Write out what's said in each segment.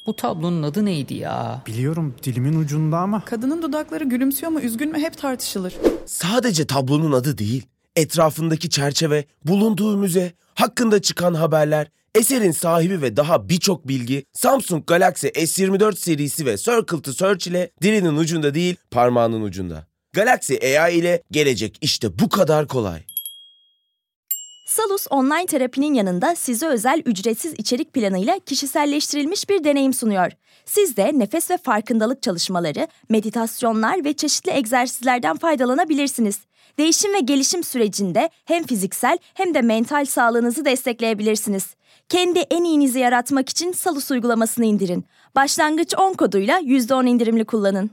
Bu tablonun adı neydi ya? Biliyorum, dilimin ucunda ama. Kadının dudakları gülümsüyor mu, üzgün mü hep tartışılır. Sadece tablonun adı değil, etrafındaki çerçeve, bulunduğu müze, hakkında çıkan haberler, eserin sahibi ve daha birçok bilgi Samsung Galaxy S24 serisi ve Circle to Search ile dilinin ucunda değil, parmağının ucunda. Galaxy AI ile gelecek işte bu kadar kolay. Salus online terapinin yanında size özel ücretsiz içerik planıyla kişiselleştirilmiş bir deneyim sunuyor. Siz de nefes ve farkındalık çalışmaları, meditasyonlar ve çeşitli egzersizlerden faydalanabilirsiniz. Değişim ve gelişim sürecinde hem fiziksel hem de mental sağlığınızı destekleyebilirsiniz. Kendi en iyinizi yaratmak için Salus uygulamasını indirin. Başlangıç 10 koduyla %10 indirimli kullanın.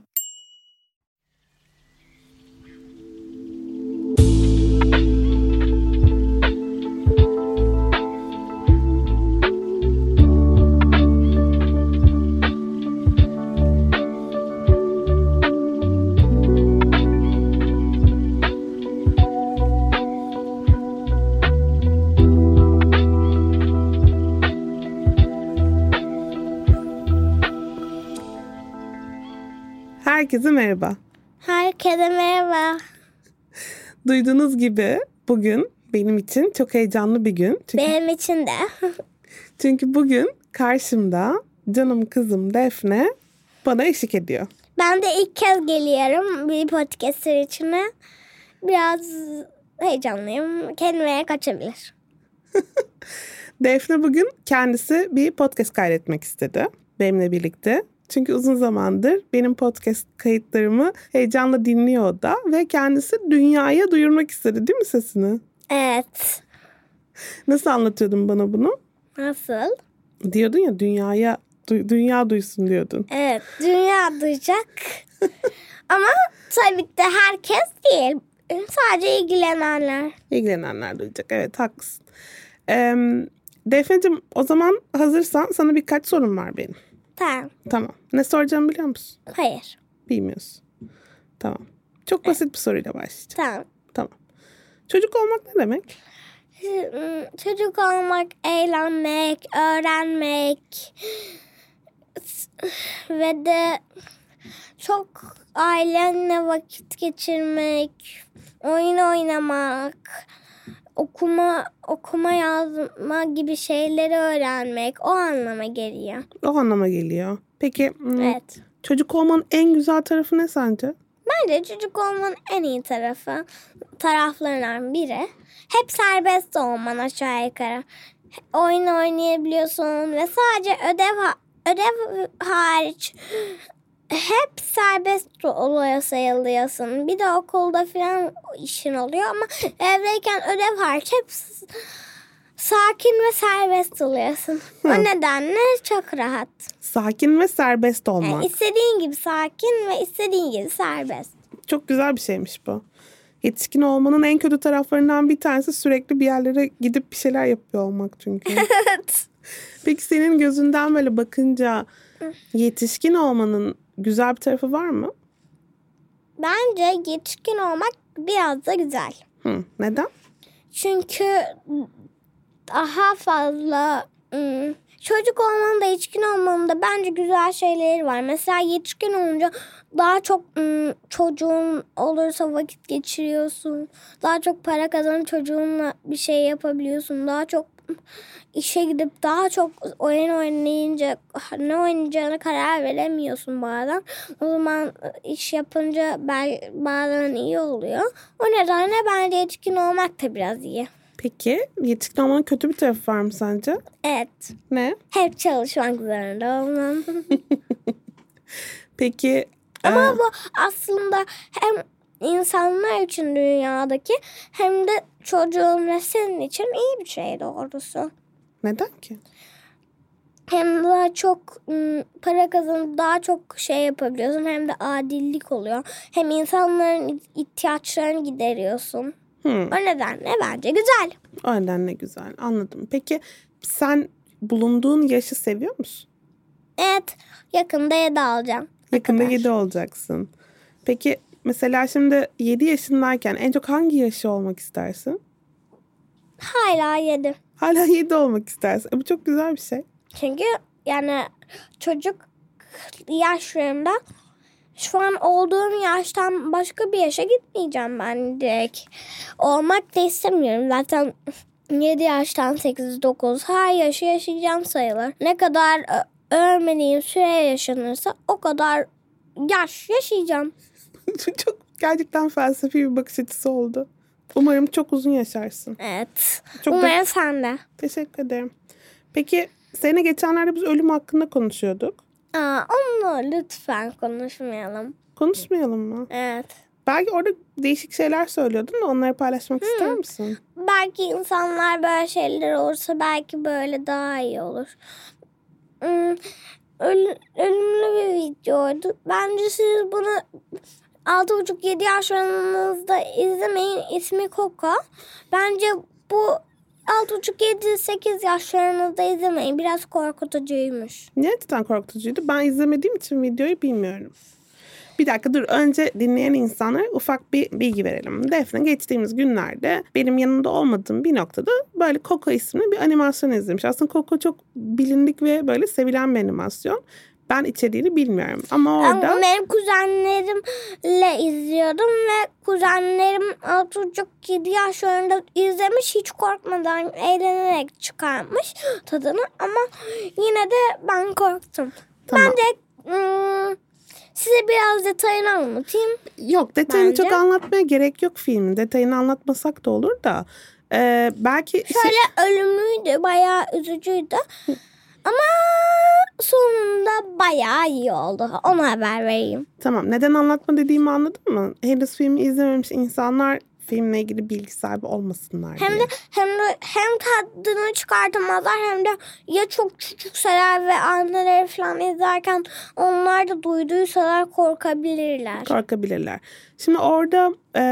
Herkese merhaba. Herkese merhaba. Duyduğunuz gibi bugün benim için çok heyecanlı bir gün. Benim için de. Çünkü bugün karşımda canım kızım Defne bana eşlik ediyor. Ben de ilk kez geliyorum bir podcast içine. Biraz heyecanlıyım. Kendime kaçabilir. Defne bugün kendisi bir podcast kaydetmek istedi benimle birlikte. Çünkü uzun zamandır benim podcast kayıtlarımı heyecanla dinliyor o da ve kendisi dünyaya duyurmak istedi, değil mi sesini? Evet. Nasıl anlatıyordun bana bunu? Nasıl? Diyordun ya dünya duysun diyordun. Evet, dünya duyacak. Ama tabii ki de herkes değil. Sadece ilgilenenler. İlgilenenler duyacak. Evet, haklısın. Defneciğim, o zaman hazırsan sana birkaç sorum var benim. Tamam. Ne soracağımı biliyor musun? Hayır. Bilmiyorsun. Tamam. Çok basit bir soruyla başlayacağım. Tamam. Çocuk olmak ne demek? Çocuk olmak, eğlenmek, öğrenmek ve de çok ailenle vakit geçirmek, oyun oynamak, okuma yazma gibi şeyleri öğrenmek o anlama geliyor. O anlama geliyor. Peki Evet. çocuk olmanın en güzel tarafı ne sence? Bence çocuk olmanın en iyi taraflarından biri hep serbest olman aşağı yukarı. Oyun oynayabiliyorsun ve sadece ödev hariç hep serbest oluyor sayılıyorsun. Bir de okulda falan işin oluyor ama evdeyken ödev hariç hep sakin ve serbest oluyorsun. O nedenle çok rahat. Sakin ve serbest olmak. Yani istediğin gibi sakin ve istediğin gibi serbest. Çok güzel bir şeymiş bu. Yetişkin olmanın en kötü taraflarından bir tanesi sürekli bir yerlere gidip bir şeyler yapıyor olmak çünkü. Evet. Peki senin gözünden böyle bakınca yetişkin olmanın güzel bir tarafı var mı? Bence yetişkin olmak biraz da güzel. Neden? Çünkü daha fazla çocuk olmanın da yetişkin olmanın da bence güzel şeyleri var. Mesela yetişkin olunca daha çok çocuğun olursa vakit geçiriyorsun. Daha çok para kazanıp çocuğunla bir şey yapabiliyorsun. Daha çok işe gidip daha çok oyun oynayınca ne oynayacağına karar veremiyorsun bazen. O zaman iş yapınca bazen iyi oluyor. O nedenle bence yetişkin olmak da biraz iyi. Peki yetişkin olmanın kötü bir tarafı var mı sence? Evet. Ne? Hep çalışmak zorunda olmam. Peki. Ama bu aslında hem insanlar için dünyadaki hem de çocuğun ve senin için iyi bir şey doğrusu. Neden ki? Hem daha çok para kazanıp daha çok şey yapabiliyorsun. Hem de adillik oluyor. Hem insanların ihtiyaçlarını gideriyorsun. O nedenle bence güzel. O nedenle güzel, anladım. Peki sen bulunduğun yaşı seviyor musun? Evet, yakında 7 alacağım. Yakında 7 olacaksın. Peki mesela şimdi 7 yaşındayken en çok hangi yaşı olmak istersin? Hala 7. Hala 7 olmak istersin. Bu çok güzel bir şey. Çünkü yani çocuk yaşlarımda şu an olduğum yaştan başka bir yaşa gitmeyeceğim ben direkt. Olmak da istemiyorum. Zaten 7 yaştan 8-9 her yaşı yaşayacağım sayılır. Ne kadar ölmediğim süre yaşanırsa o kadar yaş yaşayacağım. Çok gerçekten felsefi bir bakış açısı oldu. Umarım çok uzun yaşarsın. Evet. Çok Umarım sen de. Teşekkür ederim. Peki seninle geçenlerde biz ölüm hakkında konuşuyorduk. Onunla lütfen konuşmayalım. Konuşmayalım mı? Evet. Belki orada değişik şeyler söylüyordun da onları paylaşmak ister misin? Belki insanlar böyle şeyler olursa belki böyle daha iyi olur. Ölümlü bir videoydu. Bence siz bunu 6,5-7 yaşlarınızda izlemeyin. İsmi Coco. Bence bu 6,5-7-8 yaşlarınızda izlemeyin. Biraz korkutucuymuş. Neden korkutucuydu? Ben izlemediğim için videoyu bilmiyorum. Bir dakika dur. Önce dinleyen insanlara ufak bir bilgi verelim. Defne geçtiğimiz günlerde benim yanımda olmadığım bir noktada böyle Coco isimli bir animasyon izlemiş. Aslında Coco çok bilindik ve böyle sevilen bir animasyon. Ben içeriğini bilmiyorum ama orada... Ama benim kuzenlerimle izliyordum ve kuzenlerim 6,5-7 yaşlarında izlemiş. Hiç korkmadan eğlenerek çıkarmış tadını ama yine de ben korktum. Tamam. Ben de size biraz detayını anlatayım. Yok, detayını Bence. çok anlatmaya gerek yok filmin. Detayını anlatmasak da olur da. Belki... Şöyle ölümlüydü, bayağı üzücüydü. Ama sonunda bayağı iyi oldu. Ona haber vereyim. Tamam. Neden anlatma dediğimi anladın mı? Henüz filmi izlememiş insanlar filmle ilgili bilgi sahibi olmasınlar diye. Hem tadını çıkartamazlar hem de ya çok küçükseler ve anneleri falan izlerken onlar da duyduysalar korkabilirler. Korkabilirler. Şimdi orada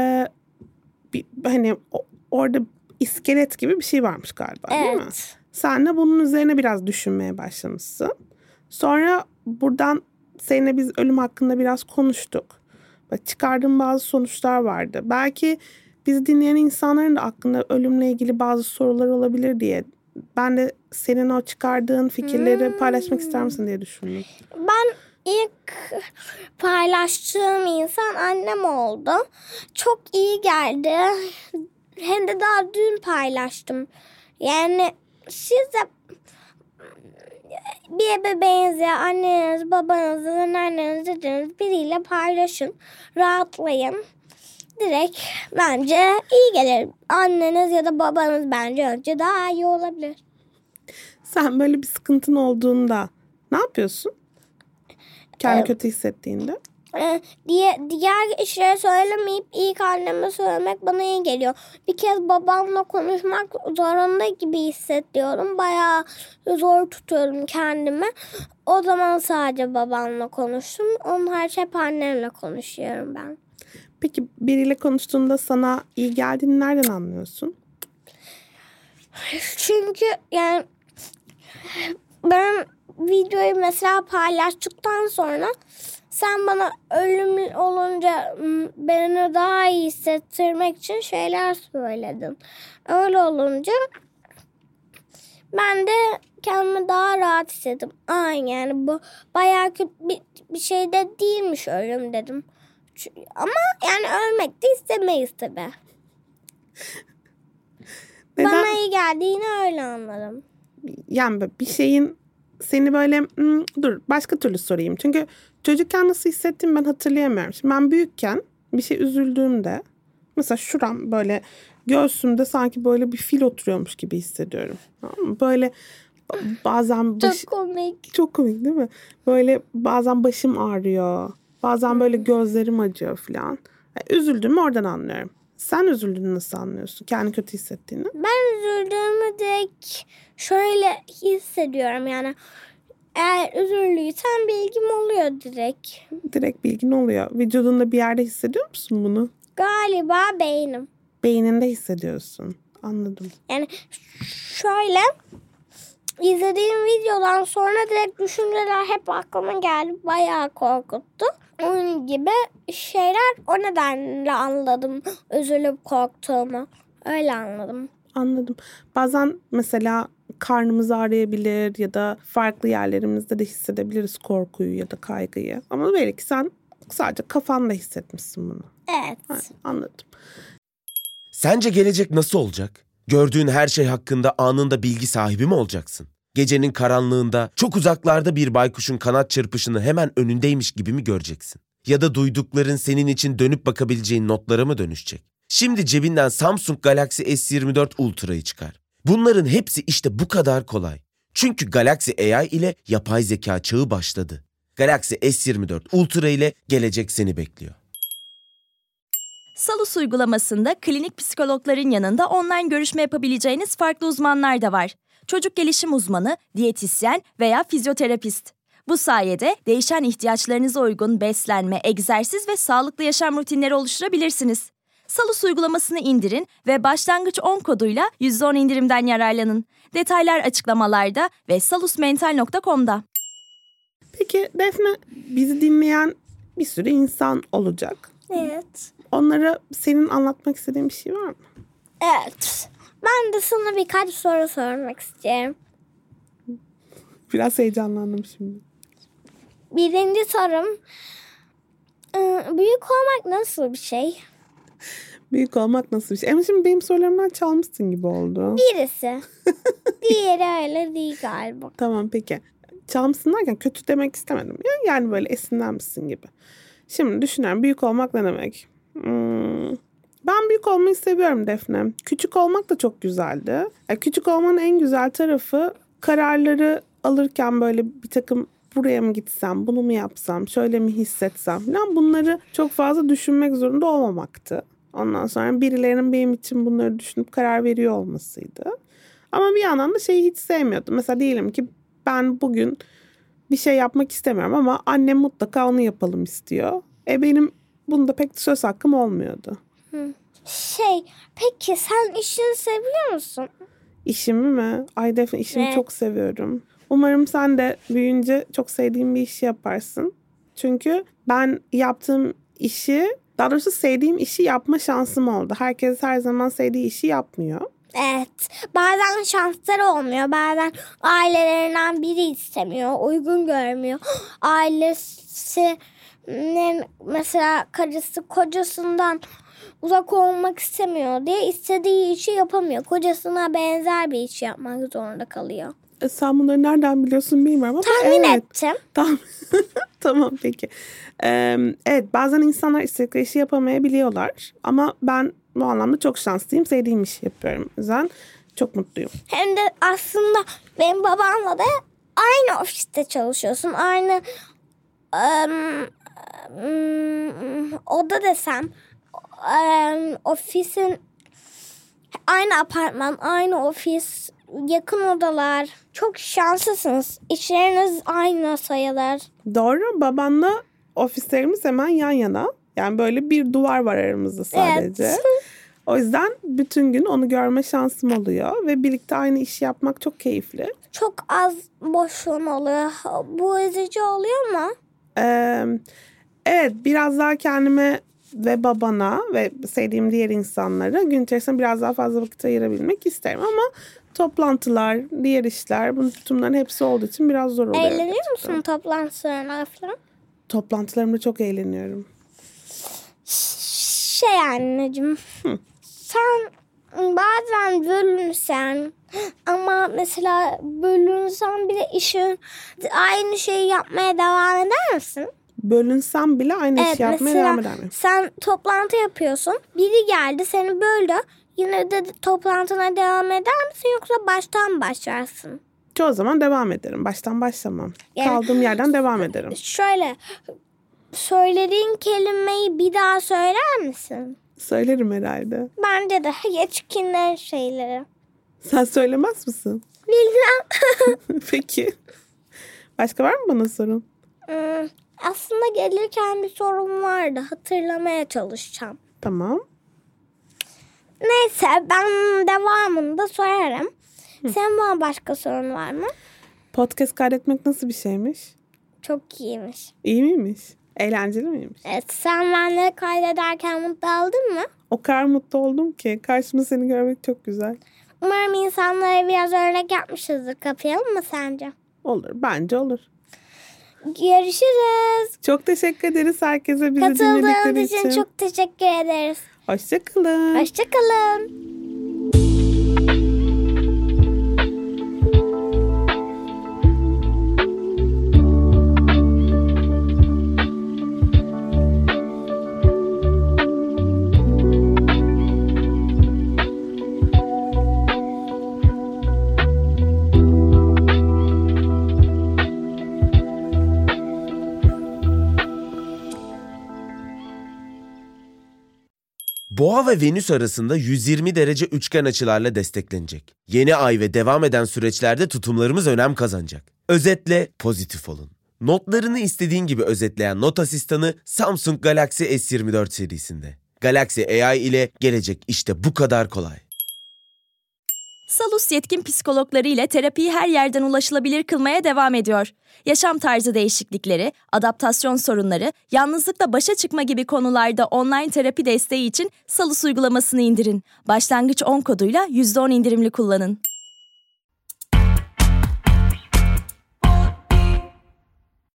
orada iskelet gibi bir şey varmış galiba, değil mi? Evet. Sen de bunun üzerine biraz düşünmeye başlamışsın. Sonra buradan seninle biz ölüm hakkında biraz konuştuk. Bak, çıkardığım bazı sonuçlar vardı. Belki bizi dinleyen insanların da aklında ölümle ilgili bazı sorular olabilir diye. Ben de senin o çıkardığın fikirleri paylaşmak ister misin diye düşündüm. Ben ilk paylaştığım insan annem oldu. Çok iyi geldi. Hem de daha dün paylaştım. Yani siz de bir bebeğinizi, anneniz, babanızı, anneniz, dedeniz biriyle paylaşın. Rahatlayın. Direkt bence iyi gelir. Anneniz ya da babanız bence önce daha iyi olabilir. Sen böyle bir sıkıntın olduğunda ne yapıyorsun? Kendi kötü hissettiğinde. Diğer işleri söylemeyip ilk anneme söylemek bana iyi geliyor. Bir kez babamla konuşmak zorunda gibi hissediyorum. Bayağı zor tutuyorum kendimi. O zaman sadece babamla konuştum. Onun hariç hep annemle konuşuyorum ben. Peki biriyle konuştuğunda sana iyi geldiğini nereden anlıyorsun? Çünkü yani ben videoyu mesela paylaştıktan sonra sen bana ölüm olunca beni daha iyi hissettirmek için şeyler söyledin. Öyle olunca ben de kendimi daha rahat hissettim. Yani bu bayağı kötü bir şey de değilmiş ölüm dedim. Ama yani ölmek de istemeyiz tabii. Neden? Bana iyi geldiğini öyle anladım. Yani bir şeyin seni böyle dur başka türlü sorayım. Çünkü çocukken nasıl hissettiğimi ben hatırlayamıyorum. Şimdi ben büyükken bir şey üzüldüğümde mesela şuram böyle göğsümde sanki böyle bir fil oturuyormuş gibi hissediyorum. Böyle bazen Çok komik. Çok komik değil mi? Böyle bazen başım ağrıyor. Bazen böyle gözlerim acıyor falan. Yani üzüldüğümü oradan anlıyorum. Sen üzüldüğünü nasıl anlıyorsun? Kendi kötü hissettiğini. Ben üzüldüğümü direkt şöyle hissediyorum yani. Eğer üzüldüysen bilgim oluyor direkt. Direkt bilgin oluyor. Vücudunda bir yerde hissediyor musun bunu? Galiba beynim. Beyninde hissediyorsun. Anladım. Yani şöyle izlediğim videodan sonra direkt düşünceler hep aklıma geldi. Bayağı korkuttu. Onun gibi şeyler o nedenle anladım. Üzülüp korktuğumu. Öyle anladım. Anladım. Bazen mesela karnımız ağrıyabilir ya da farklı yerlerimizde de hissedebiliriz korkuyu ya da kaygıyı. Ama belki sen sadece kafanda hissetmişsin bunu. Evet. Ha, anladım. Sence gelecek nasıl olacak? Gördüğün her şey hakkında anında bilgi sahibi mi olacaksın? Gecenin karanlığında çok uzaklarda bir baykuşun kanat çırpışını hemen önündeymiş gibi mi göreceksin? Ya da duydukların senin için dönüp bakabileceğin notlara mı dönüşecek? Şimdi cebinden Samsung Galaxy S24 Ultra'yı çıkar. Bunların hepsi işte bu kadar kolay. Çünkü Galaxy AI ile yapay zeka çağı başladı. Galaxy S24 Ultra ile gelecek seni bekliyor. Salus uygulamasında klinik psikologların yanında online görüşme yapabileceğiniz farklı uzmanlar da var. Çocuk gelişim uzmanı, diyetisyen veya fizyoterapist. Bu sayede değişen ihtiyaçlarınıza uygun beslenme, egzersiz ve sağlıklı yaşam rutinleri oluşturabilirsiniz. Salus uygulamasını indirin ve başlangıç 10 koduyla %10 indirimden yararlanın. Detaylar açıklamalarda ve salusmental.com'da. Peki Defne, bizi dinleyen bir sürü insan olacak. Evet. Onlara senin anlatmak istediğin bir şey var mı? Evet. Ben de sana birkaç soru sormak istiyorum. Biraz heyecanlandım şimdi. Birinci sorum. Büyük olmak nasıl bir şey? Büyük olmak nasıl bir şey? Ama şimdi benim sorularımdan çalmışsın gibi oldu. Birisi. Diğeri öyle değil galiba. Tamam peki. Çalmışsın derken kötü demek istemedim. Yani böyle esinlenmişsin gibi. Şimdi düşünüyorum, büyük olmak ne demek? Ben büyük olmayı seviyorum Defne. Küçük olmak da çok güzeldi. Küçük olmanın en güzel tarafı kararları alırken böyle bir takım buraya mı gitsem, bunu mu yapsam, şöyle mi hissetsem falan bunları çok fazla düşünmek zorunda olmamaktı. Ondan sonra birilerinin benim için bunları düşünüp karar veriyor olmasıydı. Ama bir yandan da şeyi hiç sevmiyordum. Mesela diyelim ki ben bugün bir şey yapmak istemiyorum ama annem mutlaka onu yapalım istiyor. Benim bunda pek söz hakkım olmuyordu. Peki sen işini seviyor musun? İşimi mi? Ay Defne, işimi Evet. çok seviyorum. Umarım sen de büyüyünce çok sevdiğin bir işi yaparsın. Çünkü ben yaptığım işi, daha doğrusu sevdiğim işi yapma şansım oldu. Herkes her zaman sevdiği işi yapmıyor. Evet. Bazen şansları olmuyor. Bazen ailelerinden biri istemiyor. Uygun görmüyor. Ailesinin mesela karısı kocasından uzak olmak istemiyor diye istediği işi yapamıyor. Kocasına benzer bir iş yapmak zorunda kalıyor. Sen bunları nereden biliyorsun bilmiyorum ama Tahmin evet. ettim. Tamam. Tamam peki. Evet, bazen insanlar istedikleri işi yapamayabiliyorlar. Ama ben bu anlamda çok şanslıyım. Sevdiğim işi yapıyorum. O yüzden çok mutluyum. Hem de aslında benim babamla da aynı ofiste çalışıyorsun. Aynı oda desem, ofisin aynı apartman, aynı ofis, yakın odalar. Çok şanslısınız. İşleriniz aynı sayılır. Doğru. Babanla ofislerimiz hemen yan yana. Yani böyle bir duvar var aramızda sadece. Evet. O yüzden bütün gün onu görme şansım oluyor. Ve birlikte aynı işi yapmak çok keyifli. Çok az boşluğun oluyor. Bu üzücü oluyor mu? Evet, biraz daha kendime ve babana ve sevdiğim diğer insanlara gün içerisinde biraz daha fazla vakit ayırabilmek isterim. Ama toplantılar, diğer işler, bunların hepsi olduğu için biraz zor oluyor. Eğleniyor gerçekten. musun toplantılarına falan? Toplantılarımda çok eğleniyorum. Anneciğim. Sen bazen bölünsen ama mesela bölünsen bile aynı şeyi yapmaya devam eder misin? Bölünsem bile aynı işi yapmaya mesela devam eder miyim? sen toplantı yapıyorsun. Biri geldi seni böldü. Yine de toplantına devam eder misin yoksa baştan başlarsın? Çoğu zaman devam ederim. Baştan başlamam. Yani- Kaldığım yerden devam ederim. Şöyle, söylediğin kelimeyi bir daha söyler misin? Söylerim herhalde. Bence de yetişkinler şeyleri. Sen söylemez misin? Bilmem. Peki. Başka var mı bana sorun? Aslında gelirken bir sorum vardı. Hatırlamaya çalışacağım. Tamam. Neyse ben devamında sorarım. Senin bana başka sorun var mı? Podcast kaydetmek nasıl bir şeymiş? Çok iyiymiş. İyi miymiş? Eğlenceli miymiş? Evet, sen benimle kaydederken mutlu oldun mu? O kadar mutlu oldum ki. Karşımda seni görmek çok güzel. Umarım insanlara biraz örnek yapmışızdır. Kapayalım mı sence? Olur. Bence olur. Görüşürüz. Çok teşekkür ederiz herkese bizi dinledikleri Katıldığınız için. için çok teşekkür ederiz. Hoşçakalın. Hoşçakalın. Boğa ve Venüs arasında 120 derece üçgen açılarla desteklenecek. Yeni ay ve devam eden süreçlerde tutumlarımız önem kazanacak. Özetle pozitif olun. Notlarını istediğin gibi özetleyen not asistanı Samsung Galaxy S24 serisinde. Galaxy AI ile gelecek işte bu kadar kolay. Salus yetkin psikologları ile terapiyi her yerden ulaşılabilir kılmaya devam ediyor. Yaşam tarzı değişiklikleri, adaptasyon sorunları, yalnızlıkla başa çıkma gibi konularda online terapi desteği için Salus uygulamasını indirin. Başlangıç 10 koduyla %10 indirimli kullanın.